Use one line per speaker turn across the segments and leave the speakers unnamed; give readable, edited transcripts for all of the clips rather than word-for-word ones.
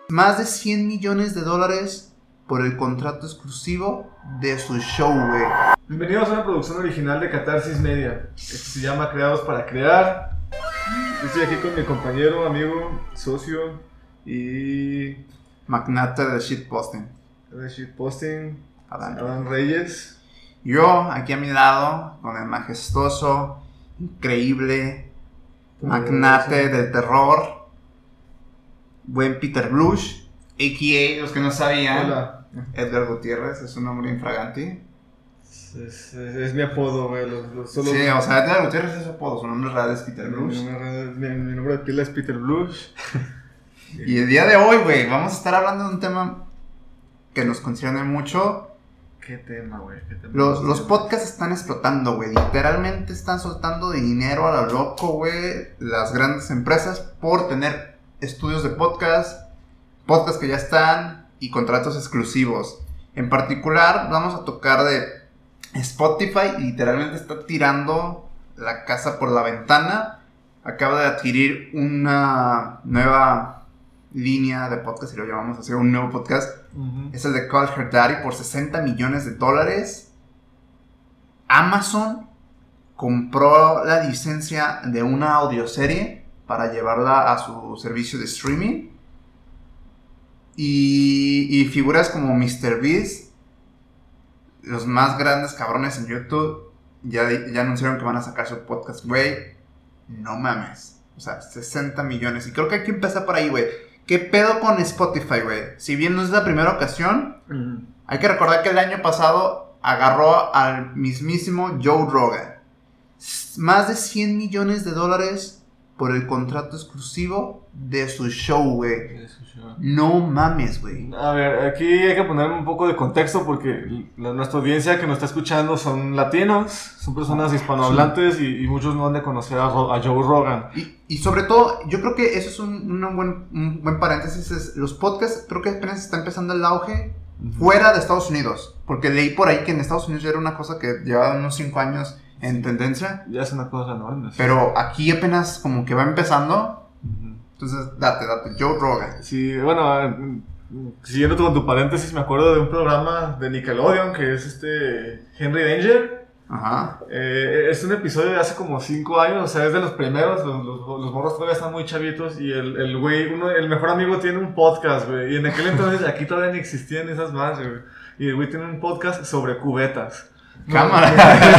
Más de $100 millones por el contrato exclusivo de su show, güey.
Bienvenidos a una producción original de Catarsis Media. Esto se llama Creados para Crear. Yo estoy aquí con mi compañero, amigo, socio y...
magnate de shitposting.
de shitposting,
Adán.
Adán Reyes.
Yo, aquí a mi lado, con el majestuoso, increíble, magnate del terror, buen Peter Blush, a.k.a. los que no sabían,
Hola.
Edgar Gutiérrez, es un nombre infraganti.
Es mi apodo, güey. Solo...
Sí, o sea, Edgar Gutiérrez es su apodo, su nombre real es Peter Blush.
Mi nombre de pila es Peter Blush.
Y el día de hoy, güey, vamos a estar hablando de un tema que nos concierne mucho.
¿Qué tema, güey?
Los podcasts están explotando, güey. Literalmente están soltando dinero a lo loco, güey. Las grandes empresas por tener estudios de podcasts que ya están y contratos exclusivos. En particular, vamos a tocar de Spotify. Literalmente está tirando la casa por la ventana. Acaba de adquirir una nueva línea de podcast, si lo llamamos así, un nuevo podcast. Es el de Call Her Daddy por $60 millones. Amazon compró la licencia de una audioserie para llevarla a su servicio de streaming. Y figuras como MrBeast, los más grandes cabrones en YouTube, ya anunciaron que van a sacar su podcast, güey. No mames. O sea, 60 millones. Y creo que hay que empezar por ahí, güey. ¿Qué pedo con Spotify, güey? Si bien no es la primera ocasión, hay que recordar que el año pasado agarró al mismísimo Joe Rogan. Más de $100 millones por el contrato exclusivo de su show, güey. No mames, güey.
A ver, aquí hay que poner un poco de contexto porque nuestra audiencia que nos está escuchando son latinos, son personas hispanohablantes y muchos no han de conocer a Joe Rogan.
Y sobre todo, yo creo que eso es un buen paréntesis. Los podcasts creo que apenas está empezando el auge fuera de Estados Unidos. Porque leí por ahí que en Estados Unidos ya era una cosa que llevaba unos 5 años en tendencia.
Ya es una cosa, ¿no?
Pero aquí apenas como que va empezando. Entonces, date, Joe Rogan.
Sí, bueno, siguiendo con tu paréntesis, me acuerdo de un programa de Nickelodeon que es Henry Danger.
Ajá.
Es un episodio de hace como 5 años, o sea, es de los primeros, los morros todavía están muy chavitos y el güey, el mejor amigo tiene un podcast, güey, y en aquel entonces aquí todavía ni existían esas más, güey, y el güey tiene un podcast sobre cubetas.
Cámara.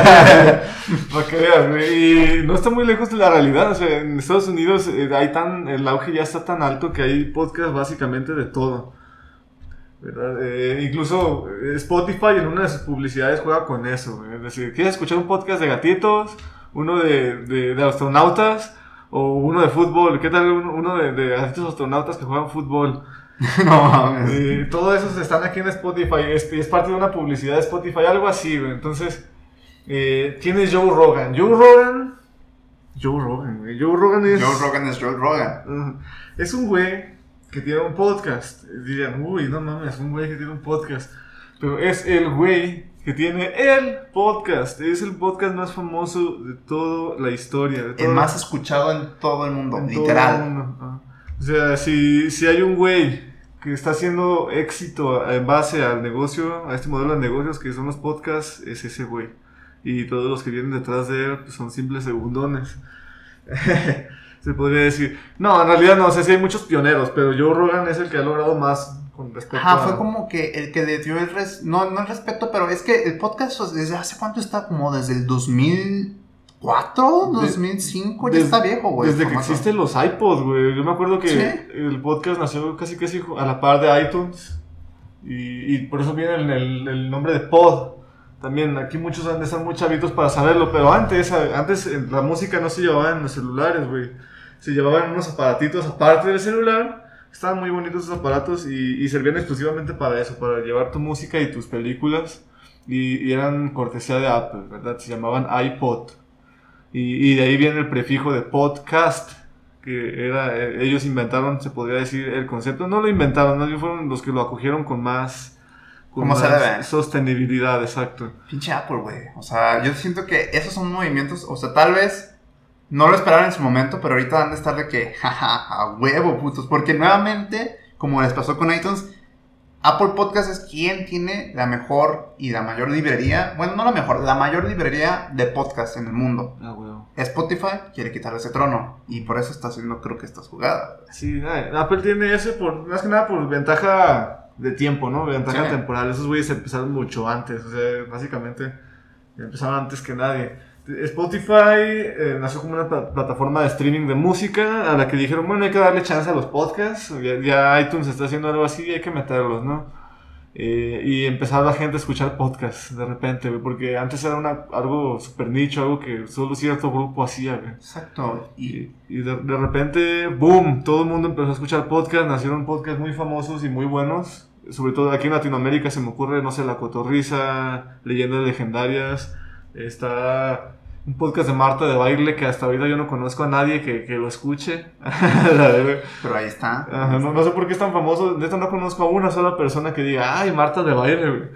Para que veas, güey. Y no está muy lejos de la realidad. O sea, en Estados Unidos el auge ya está tan alto que hay podcasts básicamente de todo, ¿verdad? Incluso Spotify en una de sus publicidades juega con eso, güey. Es decir, ¿quieres escuchar un podcast de gatitos? Uno de astronautas o uno de fútbol. ¿Qué tal uno de gatitos astronautas que juegan fútbol?
No mames.
Todo eso están aquí en Spotify. Es parte de una publicidad de Spotify, algo así, güey. Entonces, tienes Joe Rogan. Joe Rogan, güey. Joe Rogan es
Joe Rogan.
Es un güey que tiene un podcast. Dirían, uy, no mames, un güey que tiene un podcast. Pero es el güey que tiene el podcast. Es el podcast más famoso de toda la historia.
El más escuchado en todo el mundo, literal.
Todo el mundo. O sea, si hay un güey que está haciendo éxito en base al negocio, a este modelo de negocios que son los podcasts, es ese güey. Y todos los que vienen detrás de él pues, son simples segundones. Se podría decir. No, en realidad no, o sea, sí hay muchos pioneros, pero Joe Rogan es el que ha logrado más con respecto
fue como que el que le dio no el respeto, pero es que el podcast desde hace cuánto está, como desde el 2004, 2005, ya está viejo, güey.
Desde que existen los iPods, güey. Yo me acuerdo que el podcast nació casi a la par de iTunes. Y por eso viene el nombre de pod. También aquí muchos han de estar muy chavitos para saberlo. Pero antes la música no se llevaba en los celulares, güey. Se llevaban unos aparatitos aparte del celular. Estaban muy bonitos esos aparatos y servían exclusivamente para eso, para llevar tu música y tus películas. Y eran cortesía de Apple, ¿verdad? Se llamaban iPod. Y de ahí viene el prefijo de podcast, que ellos inventaron, se podría decir, el concepto. No lo inventaron, ellos fueron los que lo acogieron con más sostenibilidad, exacto.
Pinche Apple, güey. O sea, yo siento que esos son movimientos, o sea, tal vez no lo esperaron en su momento, pero ahorita van a estar de que, jaja, a huevo, putos. Porque nuevamente como les pasó con iTunes, Apple Podcast es quien tiene la mejor y la mayor librería, bueno, no la mejor, la mayor librería de podcast en el mundo. Spotify quiere quitarle ese trono y por eso está haciendo, creo que estas jugadas.
Sí, Apple tiene ese más que nada por ventaja de tiempo, ¿no? Ventaja temporal. Esos güeyes empezaron mucho antes, o sea, básicamente empezaron antes que nadie. Spotify nació como una plataforma de streaming de música a la que dijeron, bueno, hay que darle chance a los podcasts, ya iTunes está haciendo algo así, hay que meterlos, ¿no? Y empezaba la gente a escuchar podcasts de repente, güey, porque antes era algo súper nicho, algo que solo cierto grupo hacía, güey.
Exacto.
Y de repente, boom, todo el mundo empezó a escuchar podcasts, nacieron podcasts muy famosos y muy buenos, sobre todo aquí en Latinoamérica se me ocurre, no sé, La Cotorrisa, Leyendas Legendarias, está un podcast de Marta de Baile que hasta ahorita yo no conozco a nadie que lo escuche.
Pero ahí está.
Ajá, no sé por qué es tan famoso. De esto no conozco a una sola persona que diga, ay, Marta de Baile.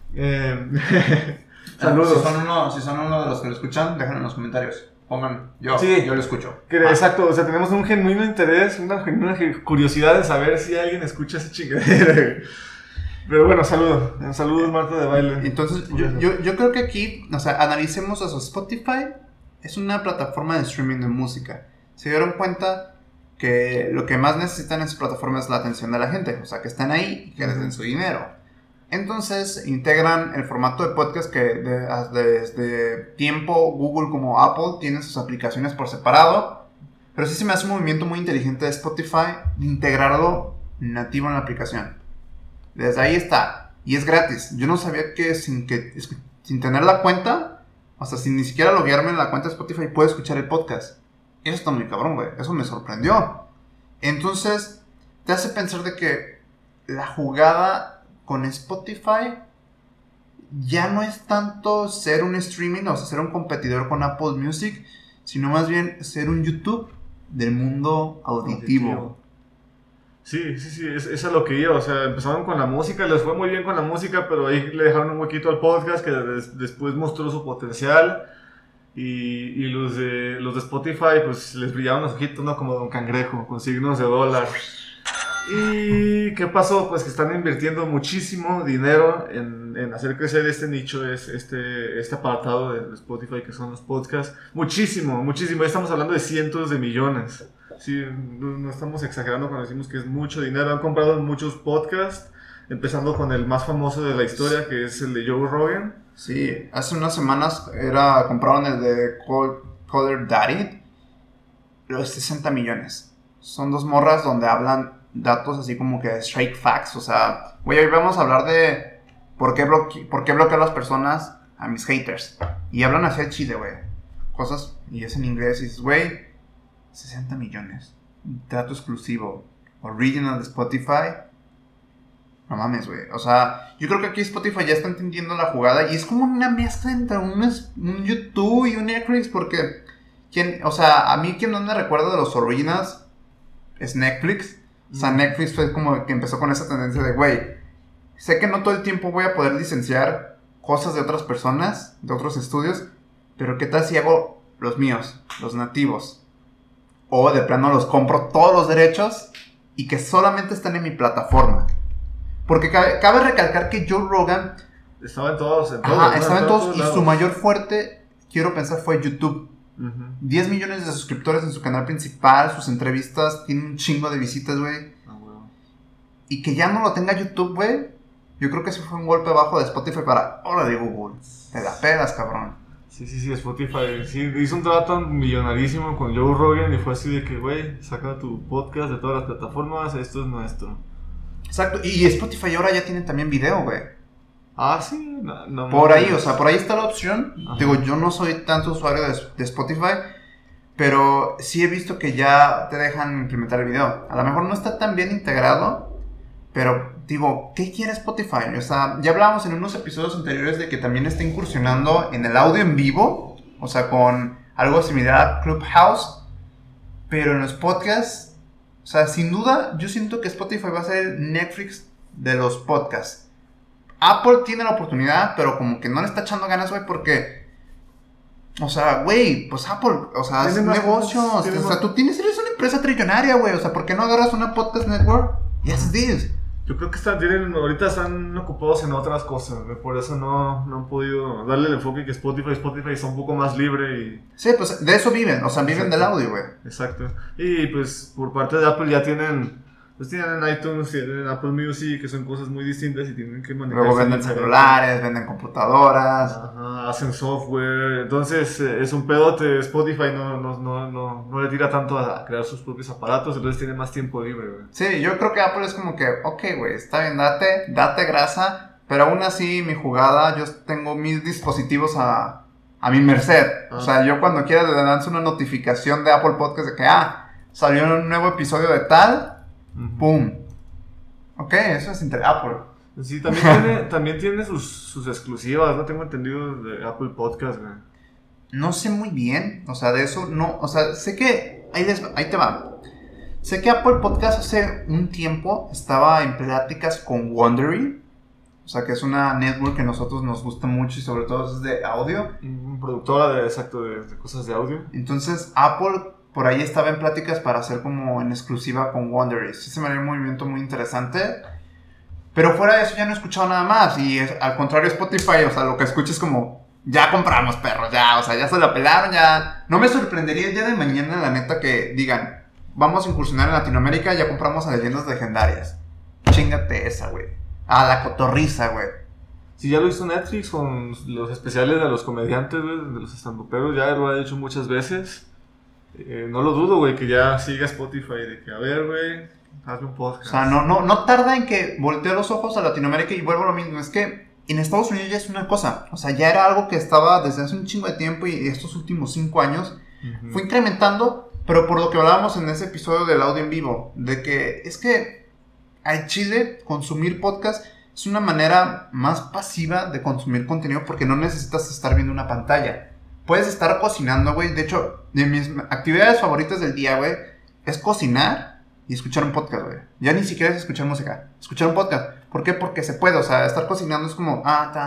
Saludos. Si son uno de los que lo escuchan, déjenlo en los comentarios. Pongan, yo lo escucho.
Exacto, o sea, tenemos un genuino interés, una genuina curiosidad de saber si alguien escucha ese chingadera. Pero bueno, saludos Marta de Baile.
Entonces, yo creo que aquí, o sea, analicemos eso. Spotify es una plataforma de streaming de música. Se dieron cuenta que lo que más necesitan en su plataforma es la atención de la gente. O sea, que estén ahí y que les den su dinero. Entonces, integran el formato de podcast que desde tiempo Google como Apple tienen sus aplicaciones por separado. Pero sí se me hace un movimiento muy inteligente de Spotify de integrarlo nativo en la aplicación. Desde ahí está. Y es gratis. Yo no sabía que sin tener la cuenta, o sea, sin ni siquiera loguearme en la cuenta de Spotify, puedo escuchar el podcast. Eso está muy cabrón, güey. Eso me sorprendió. Entonces, te hace pensar de que la jugada con Spotify ya no es tanto ser un streaming, o sea, ser un competidor con Apple Music, sino más bien ser un YouTube del mundo auditivo.
Sí, es a lo que iba, o sea, empezaron con la música, les fue muy bien con la música, pero ahí le dejaron un huequito al podcast que después mostró su potencial y los de Spotify pues les brillaban los ojitos, ¿no? Como Don Cangrejo, con signos de dólar. ¿Y qué pasó? Pues que están invirtiendo muchísimo dinero en hacer crecer este nicho, este apartado de Spotify que son los podcasts. Muchísimo, ya estamos hablando de cientos de millones. Sí, no estamos exagerando cuando decimos que es mucho dinero. Han comprado muchos podcasts, empezando con el más famoso de la historia, que es el de Joe Rogan.
Sí, hace unas semanas compraron el de Caller Daddy, los 60 millones. Son dos morras donde hablan datos así como que straight facts. O sea, güey, hoy vamos a hablar de por qué bloqueo a las personas, a mis haters. Y hablan así al chile, güey. Cosas, y es en inglés, y dices, güey, 60 millones. Dato exclusivo. Original de Spotify. No mames, güey. O sea, yo creo que aquí Spotify ya está entendiendo la jugada. Y es como una mezcla entre un YouTube y un Netflix. Porque, a mí quien no me recuerda de los originals es Netflix. O sea, Netflix fue como que empezó con esa tendencia de, güey, sé que no todo el tiempo voy a poder licenciar cosas de otras personas, de otros estudios. Pero ¿qué tal si hago los míos, los nativos? O de plano los compro todos los derechos y que solamente están en mi plataforma. Porque cabe recalcar que Joe Rogan
estaba en todos.
Estaba en todos y su mayor fuerte, quiero pensar, fue YouTube. 10 millones de suscriptores en su canal principal, sus entrevistas, tiene un chingo de visitas, güey. Y que ya no lo tenga YouTube, güey. Yo creo que eso fue un golpe bajo de Spotify para, hola de Google, te la pegas, cabrón.
Sí, Spotify hizo un trato millonarísimo con Joe Rogan y fue así de que, güey, saca tu podcast de todas las plataformas, esto es nuestro.
Exacto, y Spotify ahora ya tiene también video, güey.
Ah, sí, no.
Por ahí, o sea, por ahí está la opción. Ajá. Digo, yo no soy tanto usuario de Spotify, pero sí he visto que ya te dejan implementar el video. A lo mejor no está tan bien integrado, pero digo, ¿qué quiere Spotify? O sea, ya hablábamos en unos episodios anteriores de que también está incursionando en el audio en vivo, o sea, con algo similar a Clubhouse, pero en los podcasts, o sea, sin duda, yo siento que Spotify va a ser el Netflix de los podcasts. Apple tiene la oportunidad, pero como que no le está echando ganas, güey, porque, o sea, güey, pues Apple, o sea, es negocios, o sea, tú eres una empresa trillonaria, güey, o sea, ¿por qué no agarras una podcast network Yes, it is.
Yo creo que ahorita están ocupados en otras cosas, güey, por eso no han podido darle el enfoque que Spotify está un poco más libre y...
Sí, pues de eso viven, o sea, viven del audio, güey.
Exacto. Y pues por parte de Apple ya tienen iTunes, tienen Apple Music, que son cosas muy distintas y tienen que manejar.
Luego venden celulares, venden computadoras.
Ajá, hacen software. Entonces es un pedote. Spotify no le tira tanto a crear sus propios aparatos, entonces tiene más tiempo libre, güey.
Sí, yo creo que Apple es como que, ok, güey, está bien, date grasa, pero aún así mi jugada, yo tengo mis dispositivos a mi merced. O sea, yo cuando quiera le lanzo una notificación de Apple Podcast de que, salió un nuevo episodio de tal. ¡Pum! Ok, eso es entre Apple.
Sí, también tiene sus exclusivas, ¿no? Tengo entendido de Apple Podcast, güey.
No sé muy bien, o sea, de eso no, o sea, sé que, ahí te va. Sé que Apple Podcast hace un tiempo estaba en pláticas con Wondery, o sea, que es una network que a nosotros nos gusta mucho y sobre todo es de audio.
Productora de cosas de audio.
Entonces, Apple... por ahí estaba en pláticas para hacer como en exclusiva con Wondery. Sí se me haría un movimiento muy interesante. Pero fuera de eso ya no he escuchado nada más. Y al contrario Spotify, o sea, lo que escucho es como... ya compramos, perros, ya. O sea, ya se la pelaron, ya. No me sorprendería el día de mañana, la neta, que digan... vamos a incursionar en Latinoamérica, ya compramos a Leyendas Legendarias. Chíngate esa, güey. A la cotorriza, güey.
Sí, ya lo hizo Netflix con los especiales de los comediantes, güey, de los estandoperos. Ya lo ha hecho muchas veces. No lo dudo, güey, que ya siga Spotify de que, a ver, güey, hazme un podcast.
O sea, no tarda en que voltee los ojos a Latinoamérica y vuelvo a lo mismo. Es que en Estados Unidos ya es una cosa. O sea, ya era algo que estaba desde hace un chingo de tiempo y estos últimos 5 años fue incrementando, pero por lo que hablábamos en ese episodio del audio en vivo, de que es que en Chile consumir podcast es una manera más pasiva de consumir contenido porque no necesitas estar viendo una pantalla. Puedes estar cocinando, güey. De hecho, de mis actividades favoritas del día, güey, es cocinar y escuchar un podcast, güey. Ya ni siquiera es escuchar música. Escuchar un podcast. ¿Por qué? Porque se puede. O sea, estar cocinando es como...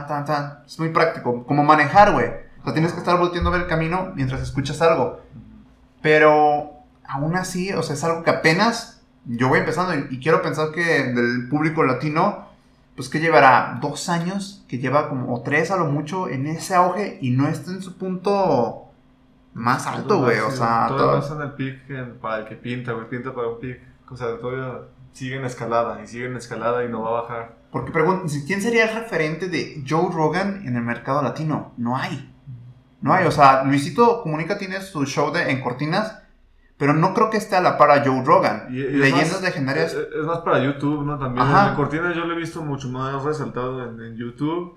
Es muy práctico. Como manejar, güey. O sea, tienes que estar volteando a ver el camino mientras escuchas algo. Pero aún así, o sea, es algo que apenas yo voy empezando. Y quiero pensar que del público latino... pues que llevará 2 años, que lleva como o 3 a lo mucho en ese auge y no está en su punto más alto, güey. O sea,
todavía está en el pic para el que pinta, güey, pinta para un pic. O sea, todavía sigue en escalada y no va a bajar.
Porque preguntan, ¿quién sería el referente de Joe Rogan en el mercado latino? No hay, o sea, Luisito Comunica tiene su show en Cortinas, pero no creo que esté a la par a Joe Rogan. Leyendas Legendarias.
Es más para YouTube, ¿no? También. En Cortina yo lo he visto mucho más resaltado en YouTube.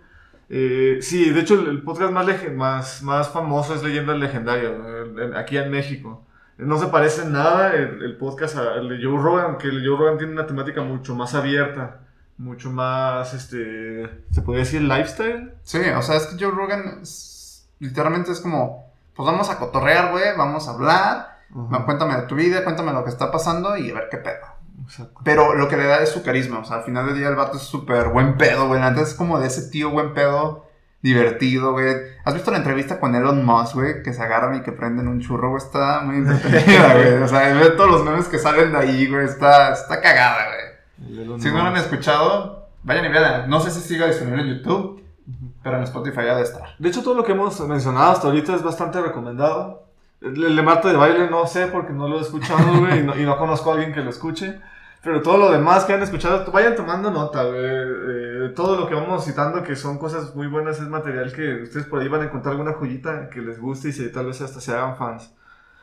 Sí, de hecho el podcast más famoso es Leyendas Legendarias, aquí en México. No se parece en nada el podcast al de Joe Rogan, que el Joe Rogan tiene una temática mucho más abierta, mucho más, ¿se podría decir lifestyle?
Sí, o sea, es que Joe Rogan literalmente es como, pues vamos a cotorrear, güey, vamos a hablar. Cuéntame de tu vida, cuéntame lo que está pasando y a ver qué pedo. Exacto. Pero lo que le da es su carisma. O sea, al final del día el vato es súper buen pedo, güey. Antes es como de ese tío buen pedo, divertido, güey. ¿Has visto la entrevista con Elon Musk, güey? Que se agarran y que prenden un churro, güey. Está muy entretenida, güey. O sea, ve todos los memes que salen de ahí, güey. Está cagada, güey. Si no lo han escuchado, vayan y vean. No sé si siga disponible en YouTube, pero en Spotify ya debe estar.
De hecho, todo lo que hemos mencionado hasta ahorita es bastante recomendado. El de Marta de Baile no sé porque no lo he escuchado, güey, y no conozco a alguien que lo escuche. Pero todo lo demás que han escuchado, vayan tomando nota, güey. Todo lo que vamos citando, que son cosas muy buenas, es material que ustedes por ahí van a encontrar alguna joyita que les guste y tal vez hasta se hagan fans.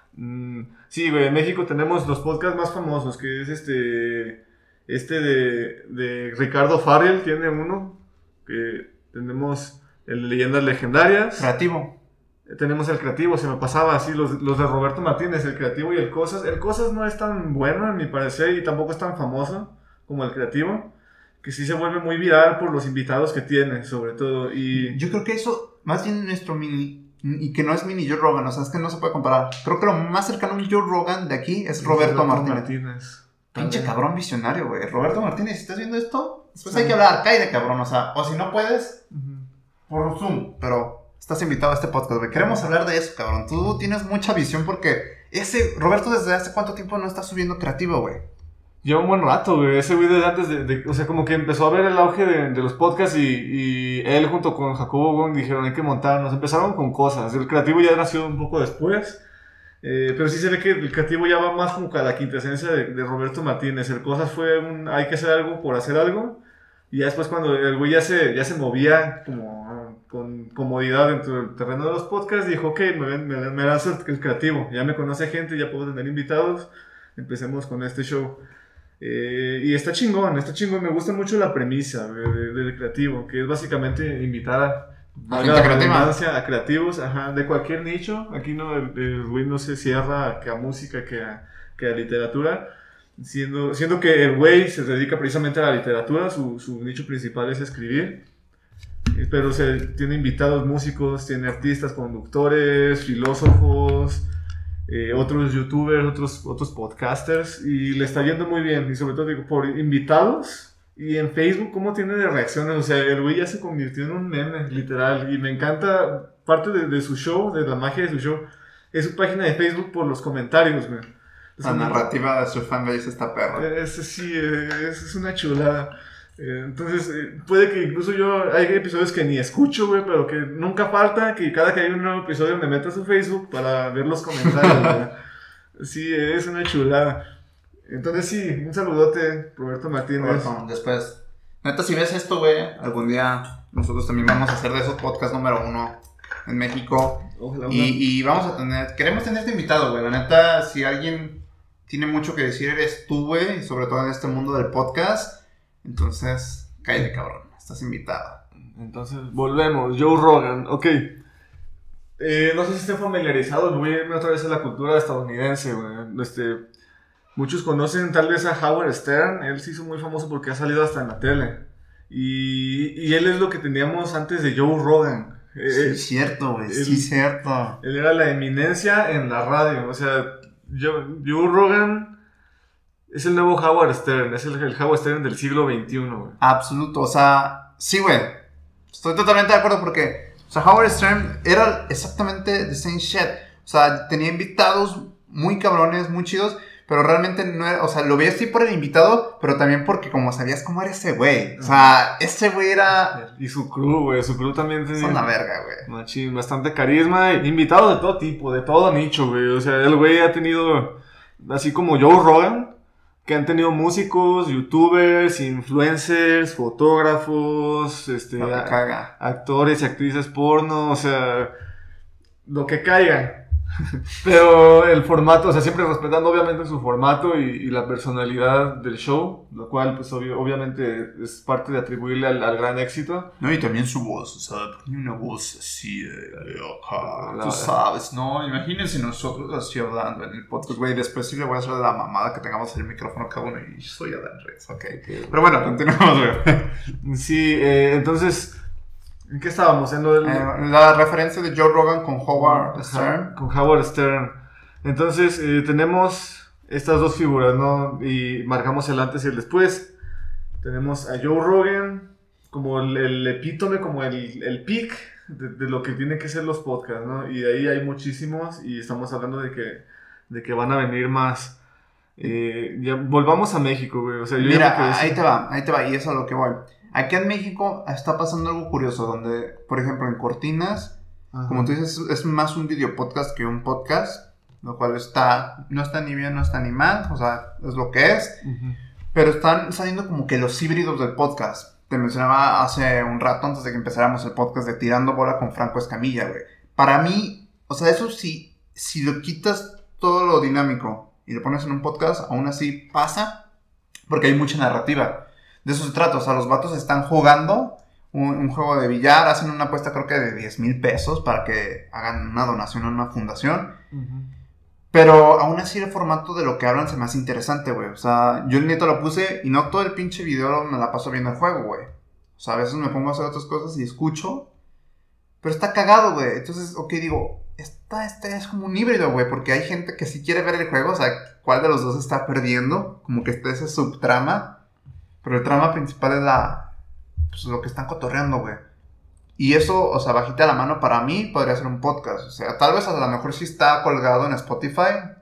Sí, güey, en México tenemos los podcasts más famosos, que es de Ricardo Farrell, tiene uno. Que tenemos el de Leyendas Legendarias.
Creativo.
Tenemos el Creativo, se me pasaba así, los de Roberto Martínez, el Creativo y el Cosas. El Cosas no es tan bueno, a mi parecer, y tampoco es tan famoso como el Creativo, que sí se vuelve muy viral por los invitados que tiene, sobre todo. Y
yo creo que eso, más bien nuestro mini, y que no es mini Joe Rogan, o sea, es que no se puede comparar. Creo que lo más cercano a un Joe Rogan de aquí es Roberto Martínez. Pinche cabrón visionario, güey. Roberto Martínez, si estás viendo esto, después hay que hablar, cae de cabrón, o sea, o si no puedes, por Zoom, pero... estás invitado a este podcast, güey. Queremos hablar de eso, cabrón. Tú tienes mucha visión porque Roberto, ¿desde hace cuánto tiempo no está subiendo Creativo, güey?
Lleva un buen rato, güey. Ese güey desde antes o sea, como que empezó a ver el auge de los podcasts y él junto con Jacobo Wong dijeron, hay que montarnos. Empezaron con cosas. El creativo ya nació un poco después. Pero sí se ve que el creativo ya va más como que a la quintesencia de Roberto Martínez. El Cosas fue hay que hacer algo por hacer algo. Y ya después cuando el güey ya se movía como con comodidad dentro del terreno de los podcasts, dijo, ok, me lanzo el creativo. Ya me conoce gente, ya puedo tener invitados. Empecemos con este show. Y está chingón, me gusta mucho la premisa del creativo, que es básicamente invitar
a gente creativa,
a creativos, ajá, de cualquier nicho. Aquí no, el güey no se cierra que a música, que a literatura, siendo que el güey se dedica precisamente a la literatura, su nicho principal es escribir, pero tiene invitados músicos, tiene artistas, conductores, filósofos, otros youtubers, otros podcasters, y le está yendo muy bien. Y sobre todo digo, por invitados, y en Facebook cómo tiene de reacciones. O sea, el güey ya se convirtió en un meme, literal, y me encanta parte de su show, de la magia de su show, es su página de Facebook por los comentarios, güey.
La narrativa de su fanbase está perra.
Ese sí, es una chulada. Entonces, puede que incluso hay episodios que ni escucho, güey, pero que nunca falta que cada que hay un nuevo episodio me meto a su Facebook para ver los comentarios, güey. Sí, es una chulada. Entonces, sí, un saludote, Roberto Martínez.
Roberto, después. Neta, si ves esto, güey, algún día nosotros también vamos a hacer de esos podcasts número 1 en México. Ojalá, y vamos a queremos tenerte invitado, güey. La neta, si alguien tiene mucho que decir, eres tú, güey, y sobre todo en este mundo del podcast. Entonces, cállate, cabrón, estás invitado.
Entonces, volvemos. Joe Rogan, ok. No sé si estén familiarizados, voy a irme otra vez a la cultura estadounidense, güey. Muchos conocen tal vez a Howard Stern, él se hizo muy famoso porque ha salido hasta en la tele. Y él es lo que teníamos antes de Joe Rogan.
Sí, cierto, güey, sí, cierto.
Él era la eminencia en la radio, o sea, Joe Rogan es el nuevo Howard Stern, es el Howard Stern del siglo XXI, güey.
Absoluto, o sea, sí, güey. Estoy totalmente de acuerdo porque, o sea, Howard Stern era exactamente the same shit. O sea, tenía invitados muy cabrones, muy chidos, pero realmente no era, o sea, lo veías sí por el invitado, pero también porque como sabías cómo era ese güey. O sea, ese güey era...
Y su crew, güey, su crew también tenía...
Es una verga, güey.
Machín, bastante carisma, invitados de todo tipo, de todo nicho, güey. O sea, el güey ha tenido, así como Joe Rogan, que han tenido músicos, youtubers, influencers, fotógrafos, actores y actrices porno, o sea, lo que caiga. Pero el formato, o sea, siempre respetando obviamente su formato y la personalidad del show, lo cual pues obviamente es parte de atribuirle al gran éxito.
No, y también su voz, o sea, tiene una voz así tú sabes, ¿no? Imagínense nosotros así hablando en el podcast, güey, después sí le voy a hacer la mamada que tengamos el micrófono cada uno y soy Adán Reyes, ok. Pero bueno, continuamos, güey.
Sí, entonces... ¿En qué estábamos?
La referencia de Joe Rogan con Howard Stern.
Con Howard Stern. Entonces, tenemos estas dos figuras, ¿no? Y marcamos el antes y el después. Tenemos a Joe Rogan como el epítome, como el peak de lo que tienen que ser los podcasts, ¿no? Y de ahí hay muchísimos y estamos hablando de que van a venir más. Ya, volvamos a México, güey. O sea,
mira, ahí te va, y eso es a lo que voy. Aquí en México está pasando algo curioso, donde, por ejemplo, en Cortinas, ajá, como tú dices, es más un video podcast que un podcast, lo cual no está ni bien, no está ni mal, o sea, es lo que es, uh-huh, pero están saliendo como que los híbridos del podcast. Te mencionaba hace un rato, antes de que empezáramos el podcast, de Tirando Bola con Franco Escamilla, güey. Para mí, o sea, eso si lo quitas todo lo dinámico y lo pones en un podcast, aún así pasa, porque hay mucha narrativa. De eso se trata, o sea, los vatos están jugando un juego de billar, hacen una apuesta creo que de 10,000 pesos para que hagan una donación a una fundación. Uh-huh. Pero aún así el formato de lo que hablan se me hace interesante, güey. O sea, yo el neto lo puse y no todo el pinche video me la paso viendo el juego, güey. O sea, a veces me pongo a hacer otras cosas y escucho, pero está cagado, güey. Entonces, ok, digo, este es como un híbrido, güey, porque hay gente que sí quiere ver el juego, o sea, ¿cuál de los dos está perdiendo? Como que está ese subtrama. Pero el trama principal es pues, lo que están cotorreando, güey. Y eso, o sea, bajita la mano, para mí podría ser un podcast. O sea, tal vez a lo mejor sí está colgado en Spotify,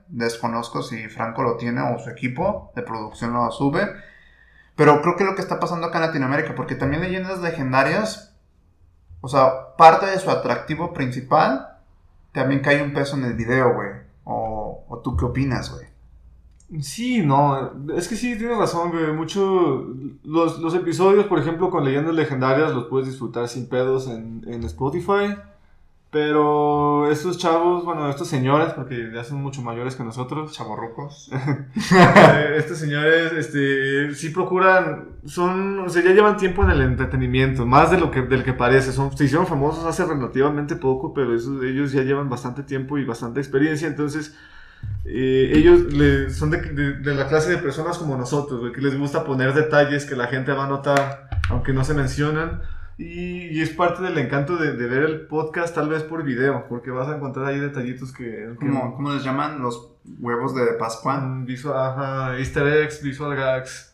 Desconozco si Franco lo tiene o su equipo de producción lo sube. Pero creo que lo que está pasando acá en Latinoamérica, porque también Leyendas Legendarias, o sea, parte de su atractivo principal, también cae un peso en el video, güey. ¿O tú qué opinas, güey?
Sí, no, es que sí, tienes razón, güey. Los episodios, por ejemplo, con Leyendas Legendarias los puedes disfrutar sin pedos en Spotify. Pero estos chavos, bueno, estos señores, porque ya son mucho mayores que nosotros.
Chavorrucos.
Estos señores, sí procuran, o sea, ya llevan tiempo en el entretenimiento, más del que parece. Se hicieron famosos hace relativamente poco, pero ellos ya llevan bastante tiempo y bastante experiencia, entonces... ellos son de la clase de personas como nosotros, güey, que les gusta poner detalles que la gente va a notar, aunque no se mencionan. Y es parte del encanto de ver el podcast, tal vez por video, porque vas a encontrar ahí detallitos
¿Cómo les llaman? Los huevos de Pascua.
Easter eggs, visual gags.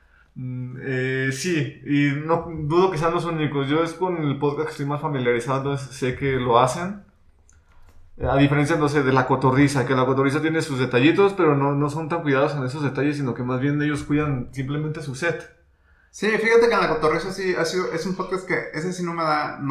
Sí, y no dudo que sean los únicos. Yo es con el podcast que estoy más familiarizado, entonces sé que lo hacen. A diferencia, no sé, de La Cotorrisa, que La Cotorrisa tiene sus detallitos, pero no son tan cuidados en esos detalles, sino que más bien ellos cuidan simplemente su set.
Sí, fíjate que en La Cotorrisa sí es un podcast que ese sí no me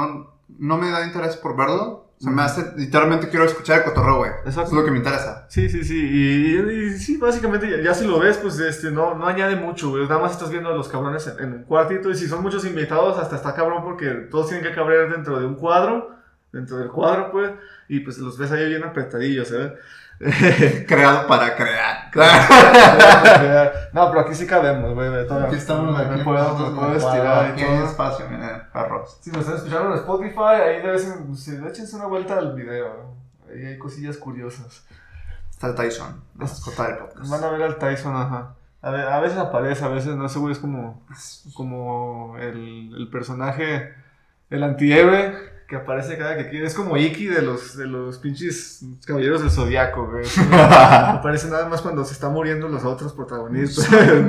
da interés por verlo. Se me hace, literalmente quiero escuchar el cotorreo, güey.
Exacto.
Es lo que me interesa.
Sí. Y sí, básicamente, ya si lo ves, pues no añade mucho, güey. Nada más estás viendo a los cabrones en un cuartito. Y si son muchos invitados, hasta está cabrón porque todos tienen que caber dentro de un cuadro. Dentro del cuadro, pues. Y pues los ves ahí bien apretadillos, ¿sabes?
Creado para crear.
No, pero aquí sí cabemos, güey.
Aquí estamos,
me puedo estirar.
Aquí hay espacio, miren, perros.
Si nos están escuchando en Spotify, ahí échense una vuelta al video. Ahí hay cosillas curiosas.
Está el Tyson, la mascota del podcast.
Van a ver al Tyson, ajá. A veces aparece, a veces no, ese güey es como el personaje, el antihéroe que aparece cada que quiere. Es como Iki de los pinches caballeros del Zodiaco, güey. Aparece nada más cuando se están muriendo los otros protagonistas.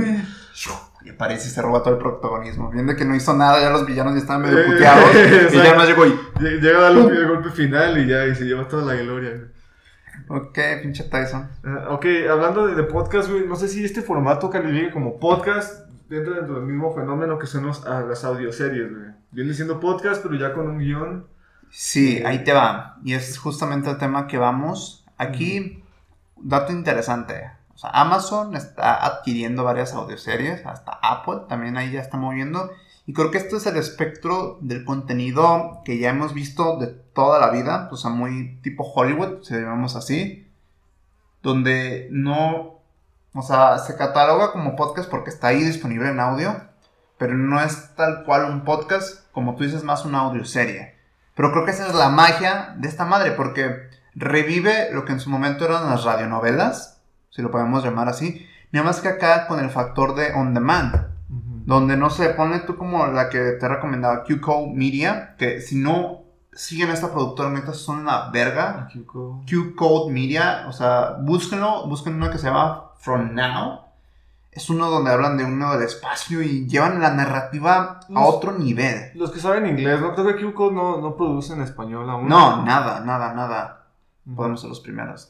Y aparece y se roba todo el protagonismo. Viendo que no hizo nada, ya los villanos ya estaban medio puteados. Y ya más llegó y...
Llega a darle el golpe final y ya, y se lleva toda la gloria, güey.
Ok, pinche Tyson.
Ok, hablando de podcast, güey, no sé si este formato califique como podcast dentro del mismo fenómeno que son las audioseries, güey. Viene siendo podcast, pero ya con un guión.
Sí, ahí te va. Y es justamente el tema que vamos. Aquí, dato interesante. O sea, Amazon está adquiriendo varias audioseries. Hasta Apple también ahí ya está moviendo. Y creo que este es el espectro del contenido que ya hemos visto de toda la vida. O sea, muy tipo Hollywood, si llamamos así. Donde no... O sea, se cataloga como podcast porque está ahí disponible en audio. Pero no es tal cual un podcast, como tú dices, más una audioserie. Pero creo que esa es la magia de esta madre, porque revive lo que en su momento eran las radionovelas, si lo podemos llamar así. Nada más que acá con el factor de on demand. Donde, no sé, ponle tú como la que te he recomendado, Q-Code Media, que si no siguen esta productora, neta, son una verga. Q-Code Media, o sea, busquen una que se llama From Now. Es uno donde hablan de uno del espacio y llevan la narrativa a otro nivel.
Los que saben inglés, ¿no? Creo que Q-Code no produce en español aún.
No, nada. Podemos ser los primeros.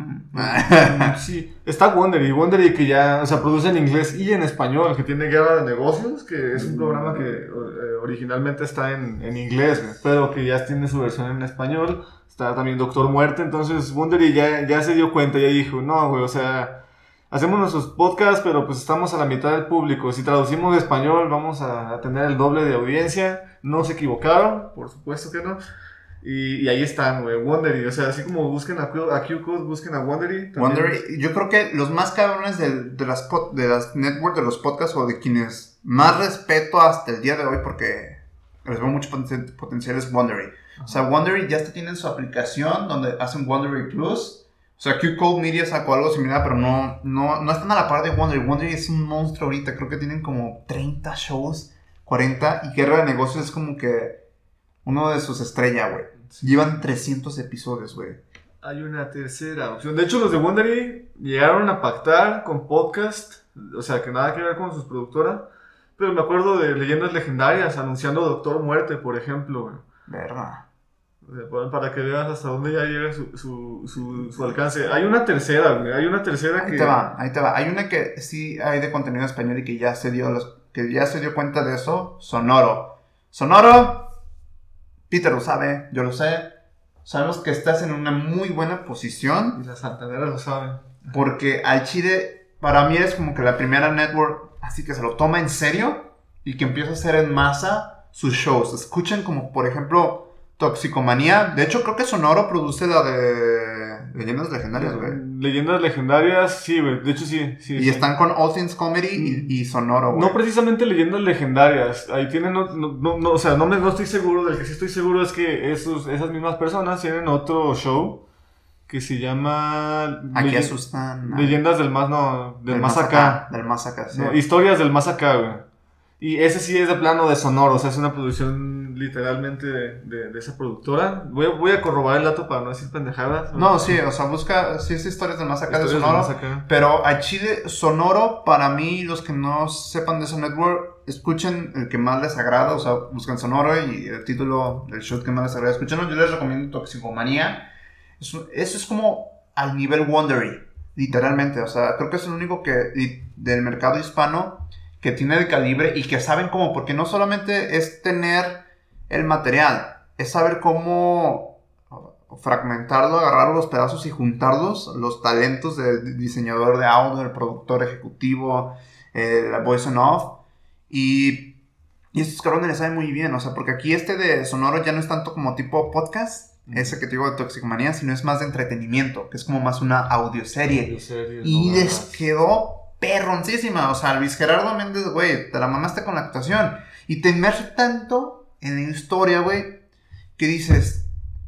Sí, está Wondery que ya, o sea, produce en inglés y en español, que tiene Guerra de Negocios, que es un programa que originalmente está en inglés, pero que ya tiene su versión en español. Está también Doctor Muerte, entonces Wondery ya se dio cuenta, ya dijo, no, güey, o sea... Hacemos nuestros podcasts, pero pues estamos a la mitad del público. Si traducimos de español, vamos a tener el doble de audiencia. No se equivocaron, por supuesto que no. Y ahí están, güey, Wondery. O sea, así como busquen a Q-Code, busquen a Wondery.
Wondery, yo creo que los más cabrones de las networks, de los podcasts, o de quienes más respeto hasta el día de hoy, porque les veo mucho potencial, es Wondery. O sea, Wondery ya tienen su aplicación donde hacen Wondery Plus. O sea, Q-Code Media sacó algo similar, pero no están a la par de Wondery. Wondery es un monstruo ahorita. Creo que tienen como 30 shows, 40. Y Guerra de Negocios es como que uno de sus estrellas, güey. Sí. Llevan 300 episodios, güey.
Hay una tercera opción. De hecho, los de Wondery llegaron a pactar con podcast. O sea, que nada que ver con sus productoras. Pero me acuerdo de Leyendas Legendarias anunciando Doctor Muerte, por ejemplo, güey.
Verga.
Para que veas hasta dónde ya llega su alcance. Hay una tercera, güey. Hay una tercera
que... Ahí te va. Hay una que sí hay de contenido español y que ya se dio cuenta de eso. Sonoro, Peter lo sabe, yo lo sé. Sabemos que estás en una muy buena posición.
Y las santaneras lo saben.
Porque al Chile, para mí es como que la primera network, así que se lo toma en serio y que empieza a hacer en masa sus shows. Escuchen como, por ejemplo, Toxicomanía. De hecho, creo que Sonoro produce la de Leyendas Legendarias, güey.
Leyendas Legendarias, sí, güey. De hecho, sí.
Y están con All Things Comedy y Sonoro, güey.
No precisamente Leyendas Legendarias. Ahí tienen, o sea, no estoy seguro. Del que sí estoy seguro es que esas mismas personas tienen otro show que se llama...
Aquí asustan.
Leyendas del más, del más acá.
Del más acá, sí.
No, historias del más acá, güey. Y ese sí es de plano de Sonoro, o sea, es una producción literalmente de esa productora. Voy a corroborar el dato para no decir pendejadas.
No, sí, o sea, busca, sí es Historias del Más Acá de Sonoro. Pero a Chile, Sonoro, para mí, los que no sepan de esa network, escuchen el que más les agrada, o sea, busquen Sonoro y el título del show que más les agrada. Escúchenlo, yo les recomiendo Toxicomanía. Eso es como al nivel Wondery, literalmente, o sea, creo que es el único que del mercado hispano que tiene el calibre y que saben cómo, porque no solamente es tener el material, es saber cómo fragmentarlo, agarrar los pedazos y juntarlos, los talentos del diseñador de audio, el productor ejecutivo, la voice and off, y estos cabrones les saben muy bien, o sea, porque aquí de Sonoro ya no es tanto como tipo podcast, ese que te digo de Toxicomanía, sino es más de entretenimiento, que es como más una audioserie. Y les quedó perroncísima, o sea, Luis Gerardo Méndez, güey, te la mamaste con la actuación. Y te inmerso tanto en la historia, güey, que dices,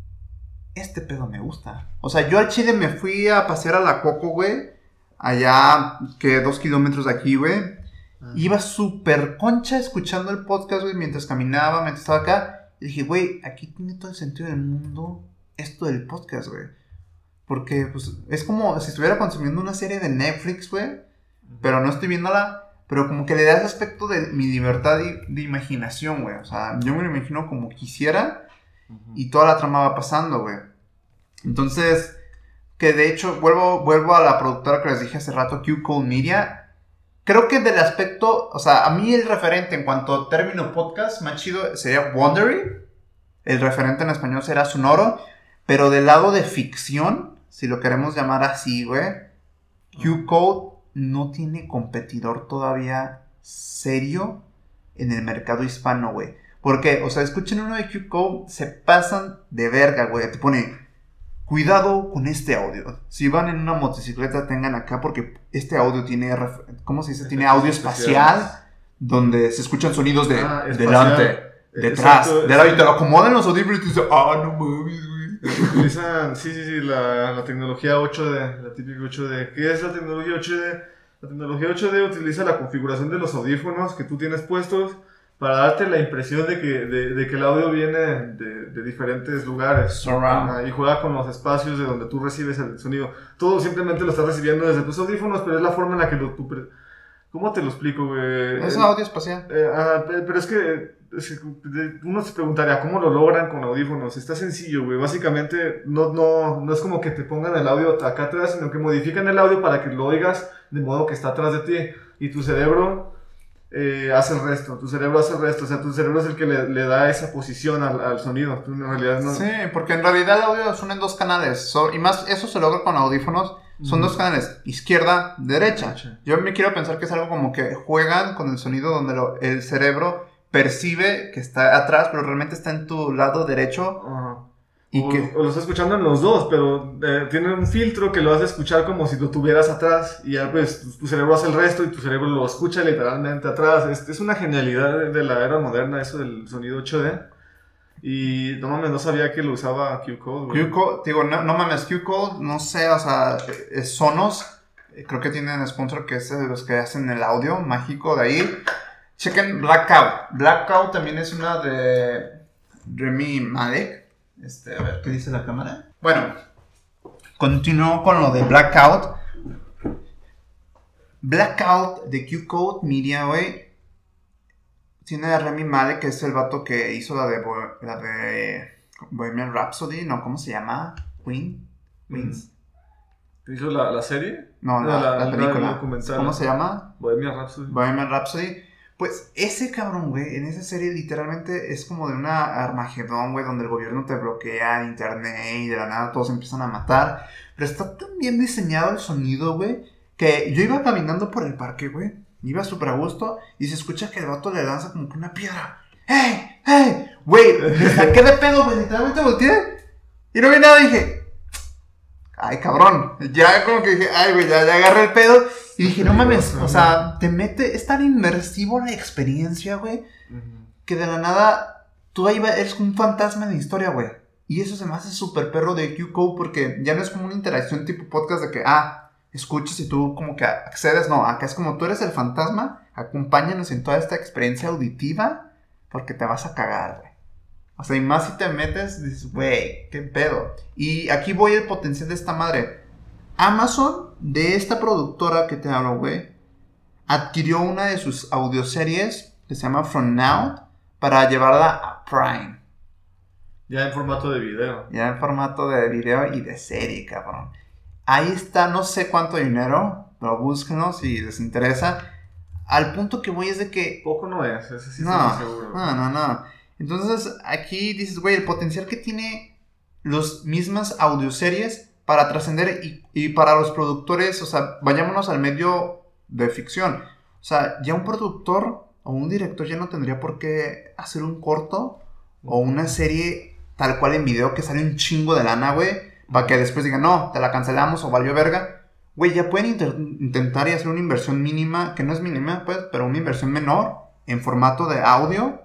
este pedo me gusta. O sea, yo al Chile me fui a pasear a la Coco, güey, allá, que 2 kilómetros de aquí, güey. Iba súper concha escuchando el podcast, güey, mientras caminaba, mientras estaba acá. Y dije, güey, aquí tiene todo el sentido del mundo esto del podcast, güey. Porque, pues, es como si estuviera consumiendo una serie de Netflix, güey. Pero no estoy viéndola. Pero como que le da ese aspecto de mi libertad de imaginación, güey. O sea, yo me lo imagino como quisiera. Y toda la trama va pasando, güey. Entonces, que de hecho, vuelvo a la productora que les dije hace rato, Q-Code Media. Creo que del aspecto, o sea, a mí el referente en cuanto a término podcast más chido sería Wondery. El referente en español será Sonoro. Pero del lado de ficción, si lo queremos llamar así, güey, Q-Code no tiene competidor todavía serio en el mercado hispano, güey. Porque, o sea, escuchen uno de Q-Code, se pasan de verga, güey. Te pone, cuidado con este audio. Si van en una motocicleta, tengan acá porque este audio tiene, ¿cómo se dice? Tiene audio espacial, donde se escuchan sonidos de delante, detrás, de lado, y te lo acomodan los audífonos y te dicen, no mames, güey.
Utilizan, sí, la tecnología 8D, la típica 8D. ¿Qué es la tecnología 8D? La tecnología 8D utiliza la configuración de los audífonos que tú tienes puestos para darte la impresión de que el audio viene de diferentes lugares. Y juega con los espacios de donde tú recibes el sonido. Todo simplemente lo estás recibiendo desde tus audífonos, pero es la forma en la que ¿cómo te lo explico, güey?
Es audio espacial.
Pero es que uno se preguntaría, ¿cómo lo logran con audífonos? Está sencillo, güey. Básicamente, no es como que te pongan el audio acá atrás, sino que modifican el audio para que lo oigas de modo que está atrás de ti. Y tu cerebro hace el resto. O sea, tu cerebro es el que le da esa posición al sonido. Tú en realidad no...
Sí, porque en realidad el audio son en 2 canales. Y más, eso se logra con audífonos. Son 2 canales, izquierda, derecha. Yo me quiero pensar que es algo como que juegan con el sonido donde el cerebro percibe que está atrás, pero realmente está en tu lado derecho.
O lo estás escuchando en los dos, pero tiene un filtro que lo hace escuchar como si lo tuvieras atrás. Y ya pues tu cerebro hace el resto y tu cerebro lo escucha literalmente atrás. Es una genialidad de la era moderna eso del sonido 8D. Y no mames, no sabía que lo usaba Q-Code.
Q-Code, digo, no mames, Q-Code, no sé, o sea, es Sonos. Creo que tienen sponsor que es de los que hacen el audio mágico de ahí. Chequen Blackout. Blackout también es una de Rami Malek. A ver, ¿qué dice la cámara? Bueno, continúo con lo de Blackout. Blackout de Q-Code Media, güey. Tiene a Rami Malek, que es el vato que hizo la de Bohemian Rhapsody, no, ¿cómo se llama? Queens.
¿Hizo la serie?
No, la película.
Documental.
¿Cómo se llama?
Bohemian Rhapsody.
Bohemian Rhapsody. Pues ese cabrón, güey, en esa serie literalmente es como de una Armagedón, güey, donde el gobierno te bloquea el internet y de la nada todos empiezan a matar. Pero está tan bien diseñado el sonido, güey, que yo iba caminando por el parque, güey, iba súper a gusto y se escucha que el vato le lanza como que una piedra. ¡Hey! ¡Hey! Güey, me saqué de pedo, güey, literalmente volteé y no vi nada y dije... Ay, cabrón, ya como que dije, ay, güey, ya agarré el pedo. Y dije, no mames, o sea, es tan inmersivo la experiencia, güey, que de la nada, tú ahí eres un fantasma en la historia, güey. Y eso se me hace súper perro de QCode porque ya no es como una interacción tipo podcast de que, escuchas y tú como que accedes. No, acá es como tú eres el fantasma, acompáñanos en toda esta experiencia auditiva porque te vas a cagar, güey. O sea, y más si te metes, dices, güey, qué pedo. Y aquí voy el potencial de esta madre. Amazon, de esta productora que te hablo, güey, adquirió una de sus audioseries que se llama From Now para llevarla a Prime.
Ya en formato de video.
Ya en formato de video y de serie, cabrón. Ahí está, no sé cuánto dinero, pero búsquenos si les interesa. Al punto que voy es de que...
Poco no es, ese sí
no,
estoy seguro.
No. Entonces, aquí dices, güey, el potencial que tiene las mismas audioseries para trascender y para los productores, o sea, vayámonos al medio de ficción. O sea, ya un productor o un director ya no tendría por qué hacer un corto o una serie tal cual en video que sale un chingo de lana, güey, para que después digan, no, te la cancelamos o valió verga. Güey, ya pueden intentar y hacer una inversión mínima, que no es mínima, pues, pero una inversión menor en formato de audio.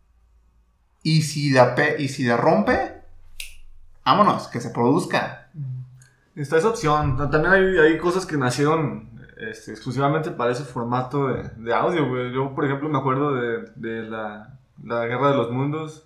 Y si la rompe, vámonos, que se produzca.
Está esa opción. También hay cosas que nacieron exclusivamente para ese formato de audio, güey. Yo, por ejemplo, me acuerdo de la Guerra de los Mundos,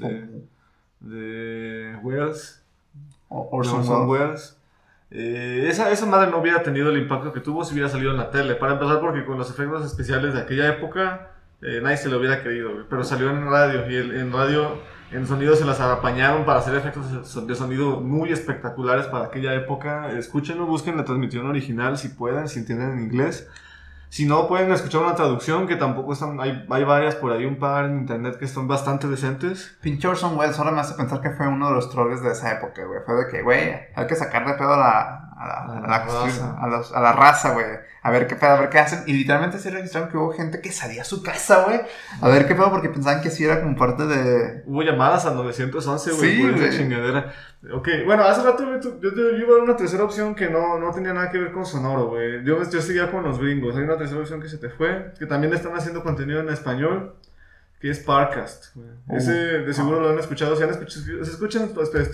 de Welles. Orson Welles. Esa madre no hubiera tenido el impacto que tuvo si hubiera salido en la tele. Para empezar, porque con los efectos especiales de aquella época... nadie se lo hubiera querido, güey. Pero salió en radio y en radio, en sonido se las apañaron para hacer efectos de sonido muy espectaculares para aquella época. Escúchenlo, busquen la transmisión original si pueden, si entienden en inglés. Si no, pueden escuchar una traducción que tampoco están, hay varias por ahí, un par en internet que están bastante decentes.
Pinche Orson Welles ahora me hace pensar que fue uno de los troles de esa época, güey. Fue de que, güey, hay que sacar de pedo a la raza, güey. A ver qué pedo, a ver qué hacen. Y literalmente se registraron que hubo gente que salía a su casa, güey. A ver qué pedo, porque pensaban que sí era como parte de...
Hubo llamadas al 911, güey,
sí,
por esa chingadera. Ok, bueno, hace rato yo iba a dar una tercera opción que no tenía nada que ver con sonoro, güey. Yo seguía con los gringos. Hay una tercera opción que se te fue, que también están haciendo contenido en español, que es Parcast, güey. Ese de seguro lo han escuchado. Si escuchan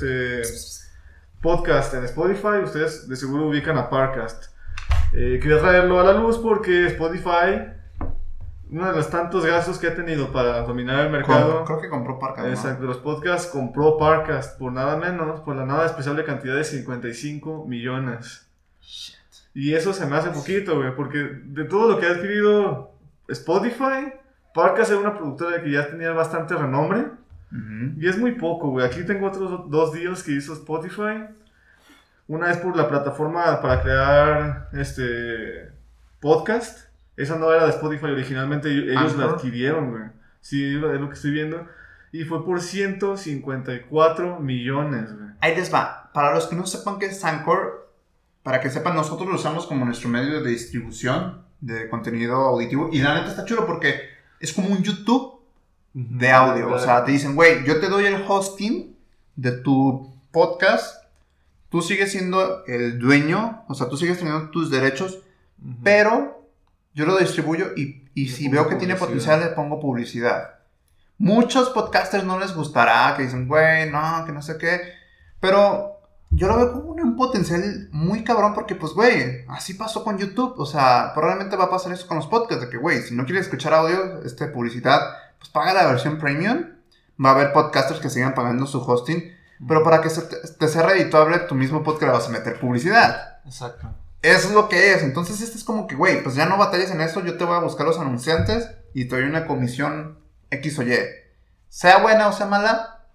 podcast en Spotify, ustedes de seguro ubican a Parcast. Quería traerlo a la luz porque Spotify, uno de los tantos gastos que ha tenido para dominar el mercado.
Creo que compró Parcast.
Exacto, los podcasts compró Parcast por nada menos, por la nada despreciable cantidad de 55 millones.
Shit.
Y eso se me hace poquito, güey, porque de todo lo que ha adquirido Spotify, Parcast era una productora que ya tenía bastante renombre. Y es muy poco, güey. Aquí tengo otros 2 deals que hizo Spotify. Una es por la plataforma para crear podcast. Esa no era de Spotify originalmente, ellos la adquirieron, güey. Sí, es lo que estoy viendo. Y fue por 154 millones, güey.
Ahí les va. Para los que no sepan qué es Anchor, para que sepan, nosotros lo usamos como nuestro medio de distribución de contenido auditivo. Y la neta está chulo porque es como un YouTube de audio. O sea, te dicen, güey, yo te doy el hosting de tu podcast. Tú sigues siendo el dueño, o sea, tú sigues teniendo tus derechos, pero yo lo distribuyo y si veo que tiene potencial, le pongo publicidad. Muchos podcasters no les gustará, que dicen, güey, no, que no sé qué, pero yo lo veo como un potencial muy cabrón porque, pues, güey, así pasó con YouTube, o sea, probablemente va a pasar eso con los podcasts, de que, güey, si no quieres escuchar audio, publicidad, pues paga la versión premium, va a haber podcasters que sigan pagando su hosting. Pero para que te sea redituable, tu mismo podcast le vas a meter publicidad.
Exacto.
Eso es lo que es. Entonces, es como que, güey, pues ya no batalles en eso. Yo te voy a buscar los anunciantes y te doy una comisión X o Y. Sea buena o sea mala,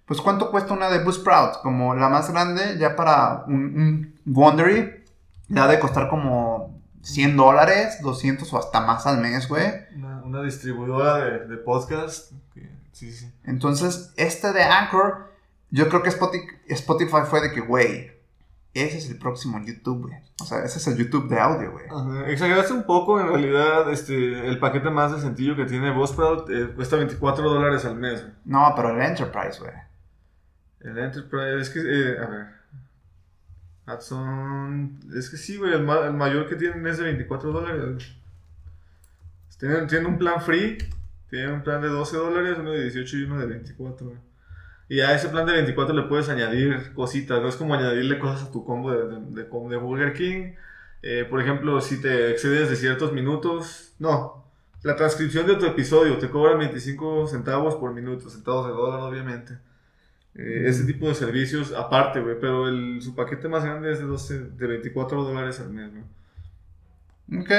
Pues, ¿cuánto cuesta una de Buzzsprout? Como la más grande, ya para un Wondery, le ha de costar como $100, 200 o hasta más al mes, güey.
Una distribuidora de podcast. Sí.
Entonces, de Anchor, yo creo que Spotify fue de que, güey, ese es el próximo YouTube, güey. O sea, ese es el YouTube de audio, güey.
Exageraste un poco, en realidad, el paquete más de sencillo que tiene Buzzsprout cuesta $24 al mes, güey.
No, pero el Enterprise, güey.
El Enterprise, es que, a ver. Hudson, es que sí, güey, el mayor que tienen es de $24. Tienen un plan free, tienen un plan de $12, uno de 18 y uno de 24, güey. Y a ese plan de 24 le puedes añadir cositas, no es como añadirle cosas a tu combo de Burger King. Por ejemplo, si te excedes de ciertos minutos, no, la transcripción de tu episodio te cobran 25 centavos por minuto, centavos de dólar obviamente. Ese tipo de servicios aparte, güey, pero su paquete más grande es de $24 al mes, güey.
Ok.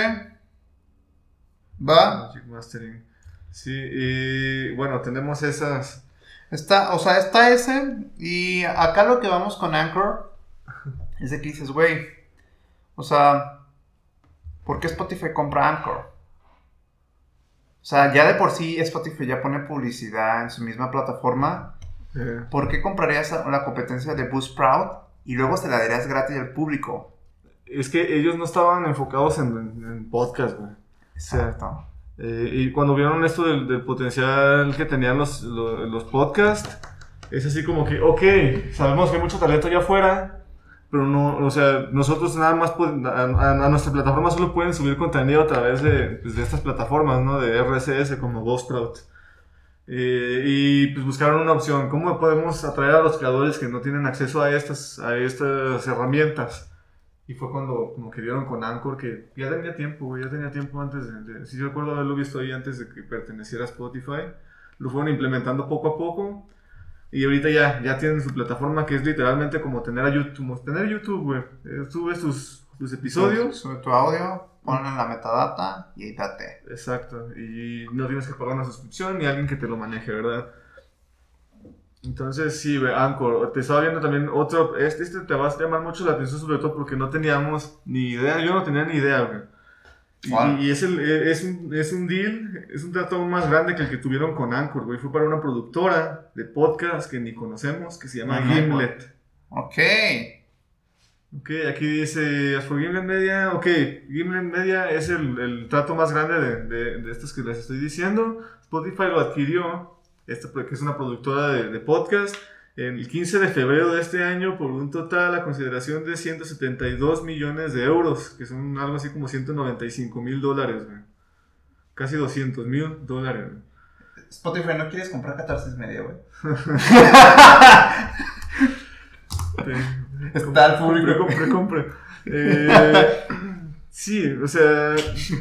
Va.
Magic Mastering. Sí, y bueno, tenemos esas.
Está ese. Y acá lo que vamos con Anchor es de que dices, güey, o sea, ¿por qué Spotify compra Anchor? O sea, ya de por sí Spotify ya pone publicidad en su misma plataforma. ¿Por qué comprarías la competencia de Buzzsprout y luego se la darías gratis al público?
Es que ellos no estaban enfocados en podcast, güey.
Exacto.
O sea, y cuando vieron esto del potencial que tenían los podcasts, es así como que, ok, sabemos que hay mucho talento allá afuera, pero no, o sea, nosotros nada más a nuestra plataforma solo pueden subir contenido a través de estas plataformas, ¿no? De RSS como Buzzsprout. Y pues buscaron una opción, ¿cómo podemos atraer a los creadores que no tienen acceso a estas herramientas? Y fue cuando como que dieron con Anchor, que ya tenía tiempo, güey, antes sí, yo recuerdo haberlo visto ahí antes de que perteneciera a Spotify. Lo fueron implementando poco a poco. Y ahorita ya tienen su plataforma, que es literalmente como tener YouTube, güey. Subes tus episodios.
Sube tu audio, ponle la metadata y ahí date.
Exacto. Y no tienes que pagar una suscripción ni alguien que te lo maneje, ¿verdad? Entonces, sí, Anchor. Te estaba viendo también otro. Este te va a llamar mucho la atención, sobre todo porque no teníamos ni idea. Yo no tenía ni idea, güey. Y es un deal, es un trato aún más grande que el que tuvieron con Anchor, güey. Fue para una productora de podcast que ni conocemos, que se llama Gimlet.
Ok,
aquí dice, as for Gimlet Media, Gimlet Media es el trato más grande de estos que les estoy diciendo. Spotify lo adquirió, que es una productora de podcast, el 15 de febrero de este año por un total a consideración de 172 millones de euros, que son algo así como $195,000, güey. Casi $200,000, güey.
Spotify, ¿no quieres comprar 14 media, güey? Está al público.
Compre. Sí, o sea...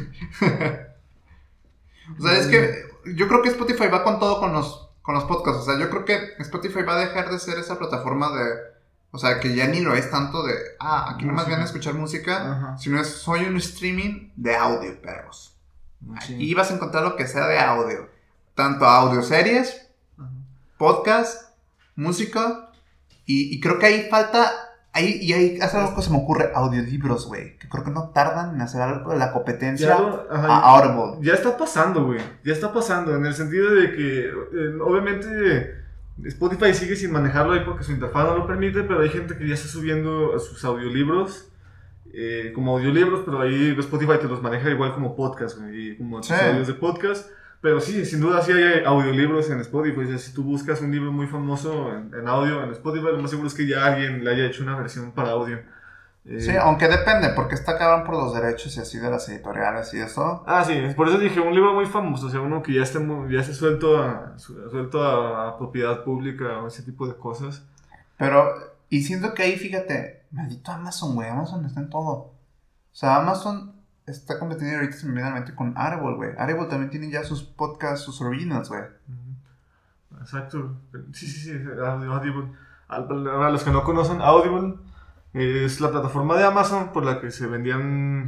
O sea, es que yo creo que Spotify va con todo con los podcasts. O sea, yo creo que Spotify va a dejar de ser esa plataforma o sea, que ya ni lo es tanto de, aquí nomás vienen a escuchar música. Ajá. Sino soy un streaming de audio, perros. Sí. Aquí vas a encontrar lo que sea de audio. Tanto audio series, podcast, música. Y creo que ahí falta... Ahí hace algo que se me ocurre, audiolibros, güey. Que creo que no tardan en hacer algo de la competencia a Audible.
Ya está pasando, güey. Ya está pasando. En el sentido de que, obviamente, Spotify sigue sin manejarlo ahí porque su interfaz no lo permite. Pero hay gente que ya está subiendo sus audiolibros como audiolibros. Pero ahí Spotify te los maneja igual como podcast, güey. Como tus audios de podcast. Pero sí, sin duda sí hay audiolibros en Spotify. O sea, si tú buscas un libro muy famoso en audio en Spotify, lo más seguro es que ya alguien le haya hecho una versión para audio.
Sí, aunque depende, porque está cabrón por los derechos y así de las editoriales y eso.
Sí, por eso dije, un libro muy famoso, o sea, uno que ya esté suelto a propiedad pública o ese tipo de cosas.
Pero, y siento que ahí, fíjate, maldito Amazon, güey, Amazon está en todo. O sea, Amazon... está competiendo ahorita semanalmente con Audible, güey. Audible también tiene ya sus podcasts, sus originals, güey.
Exacto. Sí. Audible. Para los que no conocen, Audible es la plataforma de Amazon por la que se vendían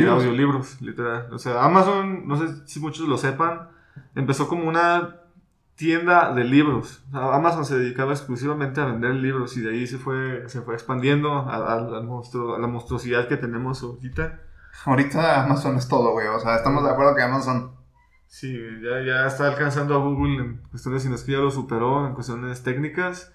audiolibros, literal. O sea, Amazon, no sé si muchos lo sepan, empezó como una tienda de libros. O sea, Amazon se dedicaba exclusivamente a vender libros y de ahí se fue expandiendo a la monstruosidad que tenemos ahorita.
Ahorita Amazon es todo, güey. O sea, estamos de acuerdo que Amazon...
Sí, ya está alcanzando a Google en cuestiones, si no es que ya lo superó en cuestiones técnicas.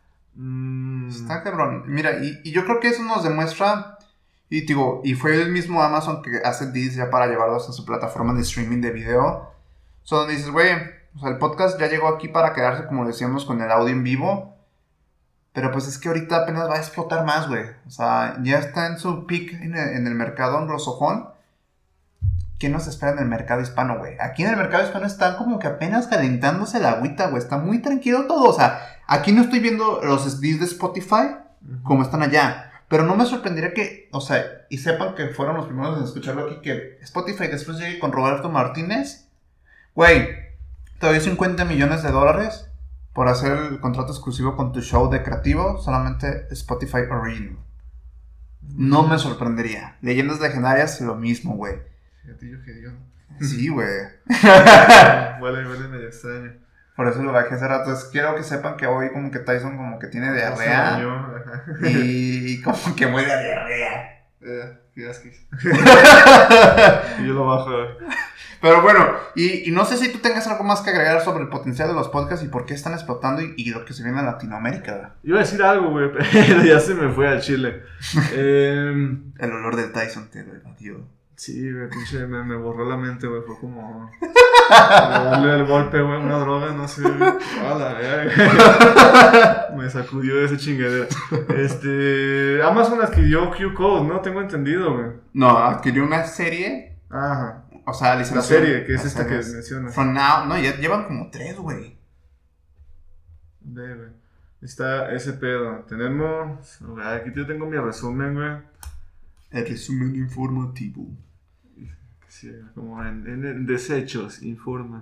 Está cabrón. Mira, y yo creo que eso nos demuestra, y digo, y fue el mismo Amazon que hace deals ya para llevarlos a su plataforma de streaming de video. O sea, donde dices, güey, o sea, el podcast ya llegó aquí para quedarse, como decíamos, con el audio en vivo. Pero pues es que ahorita apenas va a explotar más, güey. O sea, ya está en su peak en el mercado anglosajón. ¿Qué nos espera en el mercado hispano, güey? Aquí en el mercado hispano están como que apenas calentándose la agüita, güey. Está muy tranquilo todo. O sea, aquí no estoy viendo los deals de Spotify como están allá. Pero no me sorprendería que, o sea, y sepan que fueron los primeros en escucharlo aquí, que Spotify después llegue con Roberto Martínez. Güey, te doy $50 millones por hacer el contrato exclusivo con tu show de creativo, solamente Spotify Original. No me sorprendería. Leyendas legendarias, lo mismo, güey.
Gatillo que Dios.
Sí, güey.
Huele medio extraño.
Por eso lo bajé hace rato. Quiero que sepan que hoy como que Tyson como que tiene diarrea. Y como que muere de diarrea.
Qué asquis. Y yo lo bajo.
Pero bueno, y no sé si tú tengas algo más que agregar sobre el potencial de los podcasts y por qué están explotando y lo que se viene en Latinoamérica, ¿verdad?
Iba a decir algo, güey, pero ya se me fue al chile.
El olor del Tyson te lo evadió.
Sí, güey, pinche, me borró la mente, güey, fue como... darle el golpe, güey, una droga, no sé, a la verga. Me sacudió de ese chingadera. Amazon adquirió Q-Code, ¿no? Tengo entendido, güey.
No, adquirió una serie.
Ajá.
O sea, licencia.
La serie, que es esta que mencionas.
From Now, no, ya llevan como 3, güey.
Ve, güey. Está ese pedo. Tenemos... Aquí yo tengo mi resumen, güey.
El resumen informativo.
Sí, como en desechos, informa.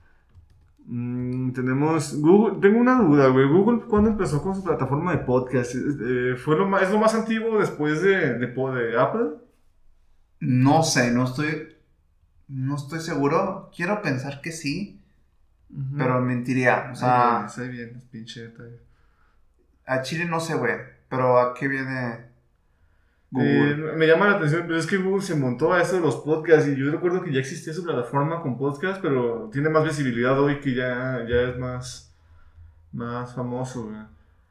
Tenemos Google. Tengo una duda, güey. Google, ¿cuándo empezó con su plataforma de podcast? ¿Es lo más antiguo después de Apple?
No sé, no estoy seguro. Quiero pensar que sí, pero mentiría. O sea,
ahí viene, es pinche detalle.
A Chile no sé, güey, pero ¿a qué viene Google?
Me llama la atención, pero es que Google se montó a eso de los podcasts y yo recuerdo que ya existía su plataforma con podcasts, pero tiene más visibilidad hoy que ya es más famoso, güey.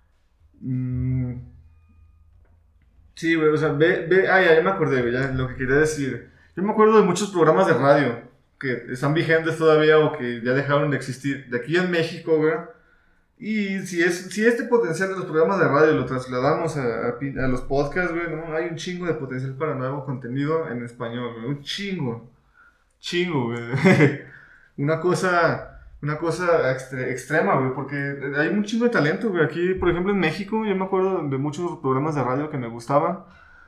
Sí, güey, o sea, ya me acordé, güey, ya lo que quería decir. Yo me acuerdo de muchos programas de radio que están vigentes todavía o que ya dejaron de existir. De aquí en México, güey. Y si este potencial de los programas de radio lo trasladamos a los podcasts, güey, ¿no? Hay un chingo de potencial para nuevo contenido en español, güey. Un chingo, güey. Una cosa extrema, güey, porque hay un chingo de talento, güey. Aquí, por ejemplo, en México, yo me acuerdo de muchos programas de radio que me gustaban.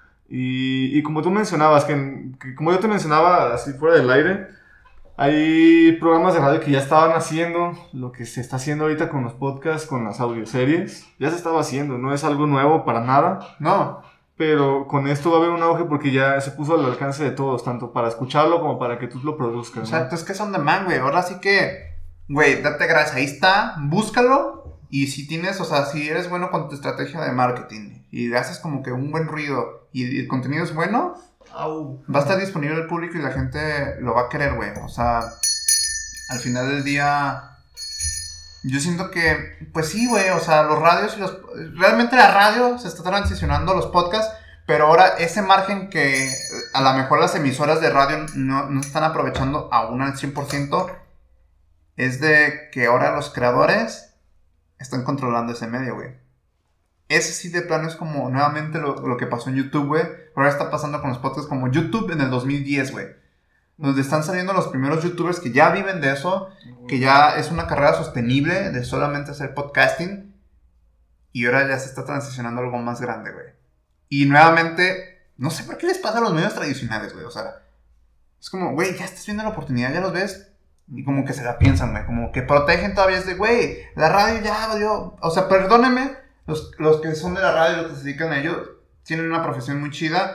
Y como tú mencionabas, que como yo te mencionaba así fuera del aire, hay programas de radio que ya estaban haciendo lo que se está haciendo ahorita con los podcasts, con las audioseries. Ya se estaba haciendo, no es algo nuevo para nada.
No.
Pero con esto va a haber un auge porque ya se puso al alcance de todos, tanto para escucharlo como para que tú lo produzcas.
Exacto, ¿no? Es que es on demand, güey. Ahora sí que, güey, date gracias. Ahí está, búscalo. Y si tienes, o sea, si eres bueno con tu estrategia de marketing y haces como que un buen ruido y el contenido es bueno, va a estar disponible al público y la gente lo va a querer, güey. O sea, al final del día, yo siento que, pues sí, güey, o sea, los radios realmente la radio se está transicionando a los podcasts, pero ahora ese margen que a lo mejor las emisoras de radio no están aprovechando aún al 100%, es de que ahora los creadores están controlando ese medio, güey. Ese sí de plano es como nuevamente lo que pasó en YouTube, güey. Ahora está pasando con los podcasts como YouTube en el 2010, güey. Donde están saliendo los primeros youtubers que ya viven de eso, que ya es una carrera sostenible de solamente hacer podcasting. Y ahora ya se está transicionando a algo más grande, güey. Y nuevamente, no sé por qué les pasa a los medios tradicionales, güey. O sea, es como, güey, ya estás viendo la oportunidad, ya los ves. Y como que se la piensan, güey. Como que protegen todavía. Es de, güey, la radio ya valió. O sea, perdónenme. Los que son de la radio y los que se dedican a ello tienen una profesión muy chida.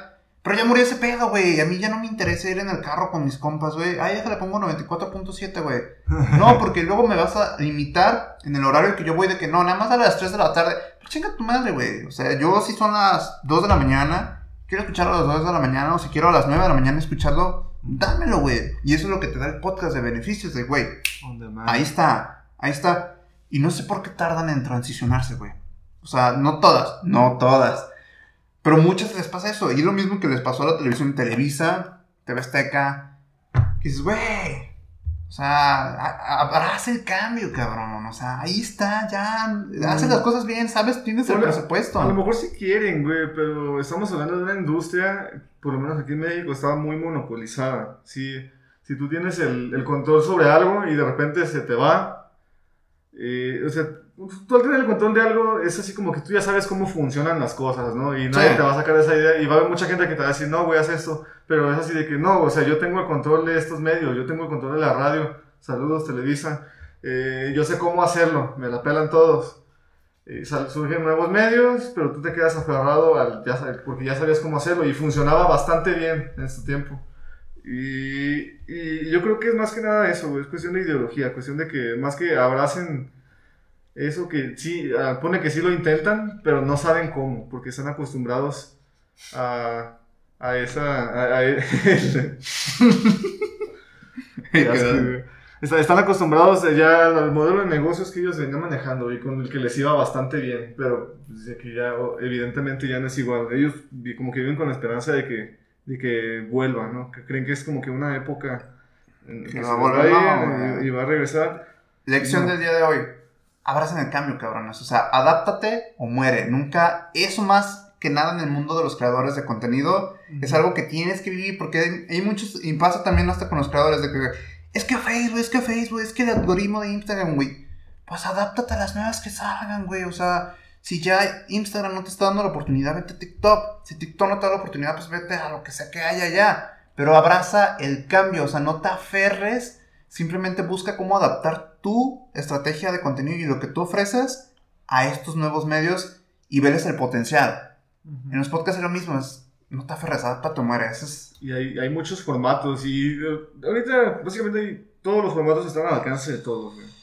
Pero ya murió ese pedo, güey. A mí ya no me interesa ir en el carro con mis compas, güey. Ay, déjale pongo 94.7, güey. No, porque luego me vas a limitar en el horario que yo voy de que no, nada más a las 3 de la tarde. Pues chinga tu madre, güey. O sea, yo si son las 2 de la mañana, quiero escucharlo a las 2 de la mañana, o si quiero a las 9 de la mañana escucharlo, dámelo, güey. Y eso es lo que te da el podcast de beneficios, de güey. Ahí está. Y no sé por qué tardan en transicionarse, güey. O sea, no todas. Pero muchas les pasa eso. Y es lo mismo que les pasó a la televisión Televisa, TV Azteca. Que dices, güey, o sea, abraza el cambio, cabrón. O sea, ahí está, ya. Haces las cosas bien, ¿sabes? Tienes el presupuesto.
A lo mejor sí quieren, güey, pero estamos hablando de una industria, por lo menos aquí en México, estaba muy monopolizada. Si tú tienes el control sobre algo y de repente se te va, o sea, tú al tener el control de algo es así como que tú ya sabes cómo funcionan las cosas, ¿no? Y nadie te va a sacar esa idea y va a haber mucha gente que te va a decir, no, güey, haz esto, pero es así de que no, o sea, yo tengo el control de estos medios, yo tengo el control de la radio, saludos Televisa, yo sé cómo hacerlo, me la pelan todos. Surgen nuevos medios, pero tú te quedas aferrado porque ya sabías cómo hacerlo y funcionaba bastante bien en su tiempo. Y yo creo que es más que nada eso, güey, es cuestión de ideología, cuestión de que más que abracen eso que sí, pone que sí lo intentan, pero no saben cómo, porque están acostumbrados a esa... Están acostumbrados ya al modelo de negocios que ellos venían manejando y con el que les iba bastante bien, pero pues, que ya evidentemente ya no es igual. Ellos como que viven con la esperanza de que vuelva, ¿no? Que creen que es como que una época en que se va a ir y va a regresar.
Lección del día de hoy. Abracen el cambio, cabrones. O sea, adáptate o muere. Nunca, eso más que nada en el mundo de los creadores de contenido, es algo que tienes que vivir, porque hay muchos, y pasa también hasta con los creadores de que, es que Facebook, es que el algoritmo de Instagram, güey. Pues adáptate a las nuevas que salgan, güey. O sea, si ya Instagram no te está dando la oportunidad, vete a TikTok. Si TikTok no te da la oportunidad, pues vete a lo que sea que haya ya. Pero abraza el cambio, o sea, no te aferres. Simplemente busca cómo adaptar tu estrategia de contenido y lo que tú ofreces a estos nuevos medios y verles el potencial. Uh-huh. En los podcasts es lo mismo, no te aferres, adáptate o mueres.
Y hay muchos formatos y ahorita básicamente todos los formatos están al alcance de todos, güey.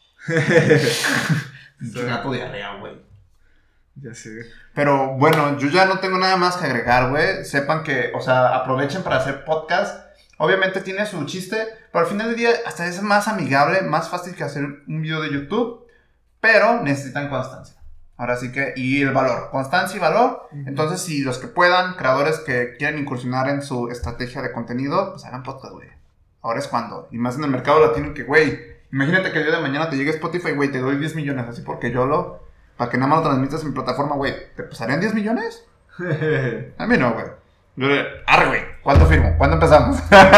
Gato diarrea, güey.
Ya sé.
Pero bueno, yo ya no tengo nada más que agregar, güey. Sepan que, o sea, aprovechen para hacer podcast. Obviamente tiene su chiste, pero al final del día hasta es más amigable, más fácil que hacer un video de YouTube, pero necesitan constancia. Ahora sí que, y el valor, constancia y valor. Uh-huh. Entonces, si los que puedan, creadores que quieren incursionar en su estrategia de contenido, pues hagan podcast, güey. Ahora es cuando. Y más en el mercado latino que, güey, imagínate que el día de mañana te llegue Spotify, güey, te doy 10 millones, así porque para que nada más lo transmitas en mi plataforma, güey, ¿te pasarían 10 millones? A mí no, güey. Arre, güey, ¿cuánto firmo? ¿Cuándo empezamos?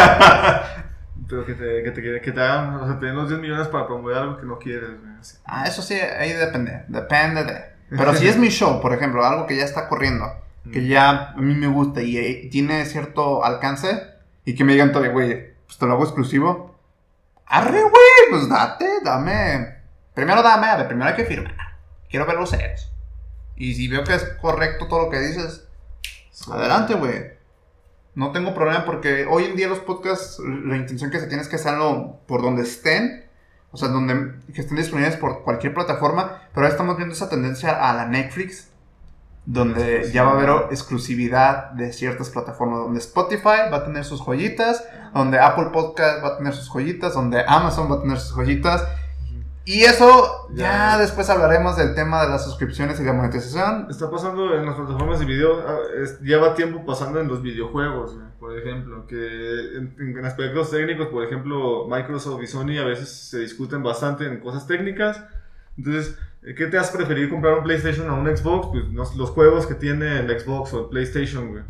Pero que te hagan, o sea, te den los 10 millones para promover algo que no quieres, güey.
Eso sí, ahí depende de. Pero si es mi show, por ejemplo, algo que ya está corriendo, que ya a mí me gusta y tiene cierto alcance, y que me digan todavía, güey, pues te lo hago exclusivo. Arre, güey, pues dame. Primero hay que firmar. Quiero ver los serios. Y si veo que es correcto todo lo que dices, adelante, güey. No tengo problema porque hoy en día los podcasts, la intención que se tiene es que hacerlo por donde estén. O sea, que estén disponibles por cualquier plataforma. Pero ahora estamos viendo esa tendencia a la Netflix, donde ya va a haber exclusividad de ciertas plataformas. Donde Spotify va a tener sus joyitas, donde Apple Podcast va a tener sus joyitas, donde Amazon va a tener sus joyitas. Y eso, ya después hablaremos del tema de las suscripciones y la monetización.
Está pasando en las plataformas de video, lleva tiempo pasando en los videojuegos, por ejemplo, que en aspectos técnicos, por ejemplo, Microsoft y Sony a veces se discuten bastante en cosas técnicas. Entonces, ¿qué te has preferido comprar un PlayStation o un Xbox? Pues los juegos que tiene el Xbox o el PlayStation, güey.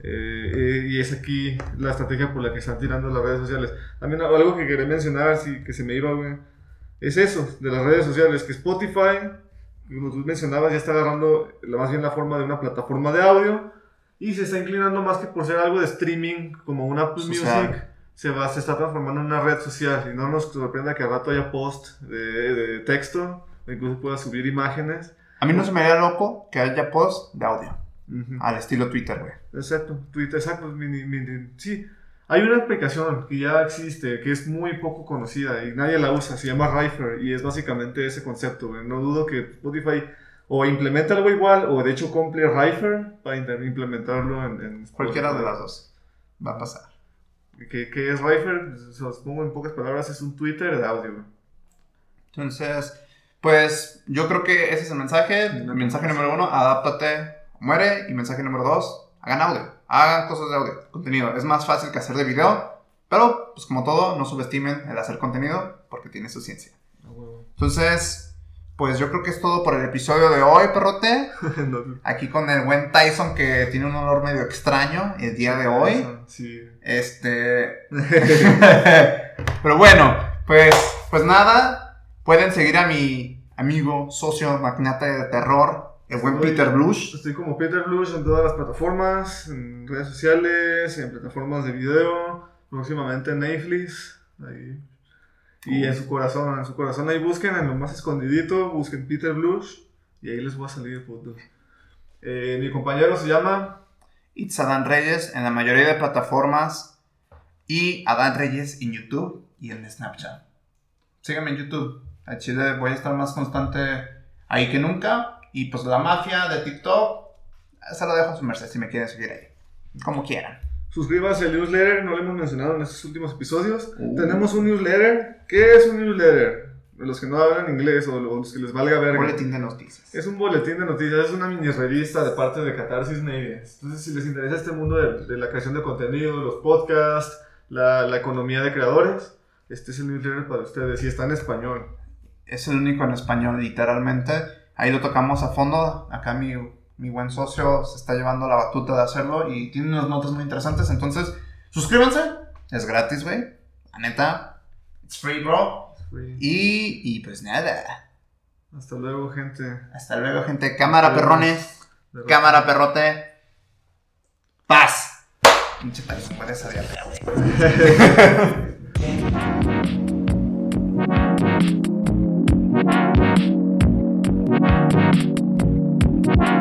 Y es aquí la estrategia por la que están tirando las redes sociales. También algo que quería mencionar, que se me iba, güey. Es eso, de las redes sociales, que Spotify, como tú mencionabas, ya está agarrando más bien la forma de una plataforma de audio y se está inclinando más que por ser algo de streaming, como un Apple Music, se está transformando en una red social. Y no nos sorprenda que al rato haya post de texto, o incluso pueda subir imágenes.
A mí no se me haría loco que haya post de audio. Al estilo Twitter, güey.
Exacto, Twitter, exacto. Sí, hay una aplicación que ya existe, que es muy poco conocida y nadie la usa, se llama Rifer y es básicamente ese concepto, güey. No dudo que Spotify o implemente algo igual o de hecho compre Rifer para implementarlo en
cualquiera de las dos va a pasar.
¿Qué es Rifer? Se los pongo en pocas palabras, es un Twitter de audio, güey.
Entonces, pues yo creo que ese es el mensaje. Mensaje número 1, adáptate, muere. Y mensaje número 2, hagan audio. Hagan cosas de audio, contenido. Es más fácil que hacer de video. Pero, pues como todo, no subestimen el hacer contenido porque tiene su ciencia. Entonces, pues yo creo que es todo por el episodio de hoy, perrote. Aquí con el buen Tyson que tiene un olor medio extraño el día de hoy.
Sí.
Pero bueno, pues nada. Pueden seguir a mi amigo, socio, magnate de terror, el buen Peter Blush.
Estoy como Peter Blush en todas las plataformas, en redes sociales, en plataformas de video, próximamente en Netflix, ahí. Y en su corazón ahí busquen, en lo más escondidito, busquen Peter Blush y ahí les voy a salir, puto. Mi compañero se llama
It's Adán Reyes en la mayoría de plataformas y Adán Reyes en YouTube y en Snapchat. Síganme en YouTube. A Chile voy a estar más constante ahí que nunca. Y pues la mafia de TikTok se la dejo a su merced si me quieren seguir ahí. Como quieran.
Suscríbanse al newsletter, no lo hemos mencionado en estos últimos episodios. Tenemos un newsletter. ¿Qué es un newsletter? Los que no hablan inglés o los que les valga verga.
Un boletín de noticias.
Es un boletín de noticias, es una mini revista de parte de Catarsis Media. Entonces, si les interesa este mundo de la creación de contenido, los podcasts, la economía de creadores, este es el newsletter para ustedes y está en español.
Es el único en español, literalmente. Ahí lo tocamos a fondo. Acá mi buen socio se está llevando la batuta de hacerlo y tiene unas notas muy interesantes. Entonces, suscríbanse. Es gratis, güey. La neta. It's free, bro.
It's free.
Y pues nada.
Hasta luego, gente.
Hasta luego, gente. Cámara, perrones. Cámara, perrote. Paz. Pinche Tyson, ¿cuál es esa diarrea, güey?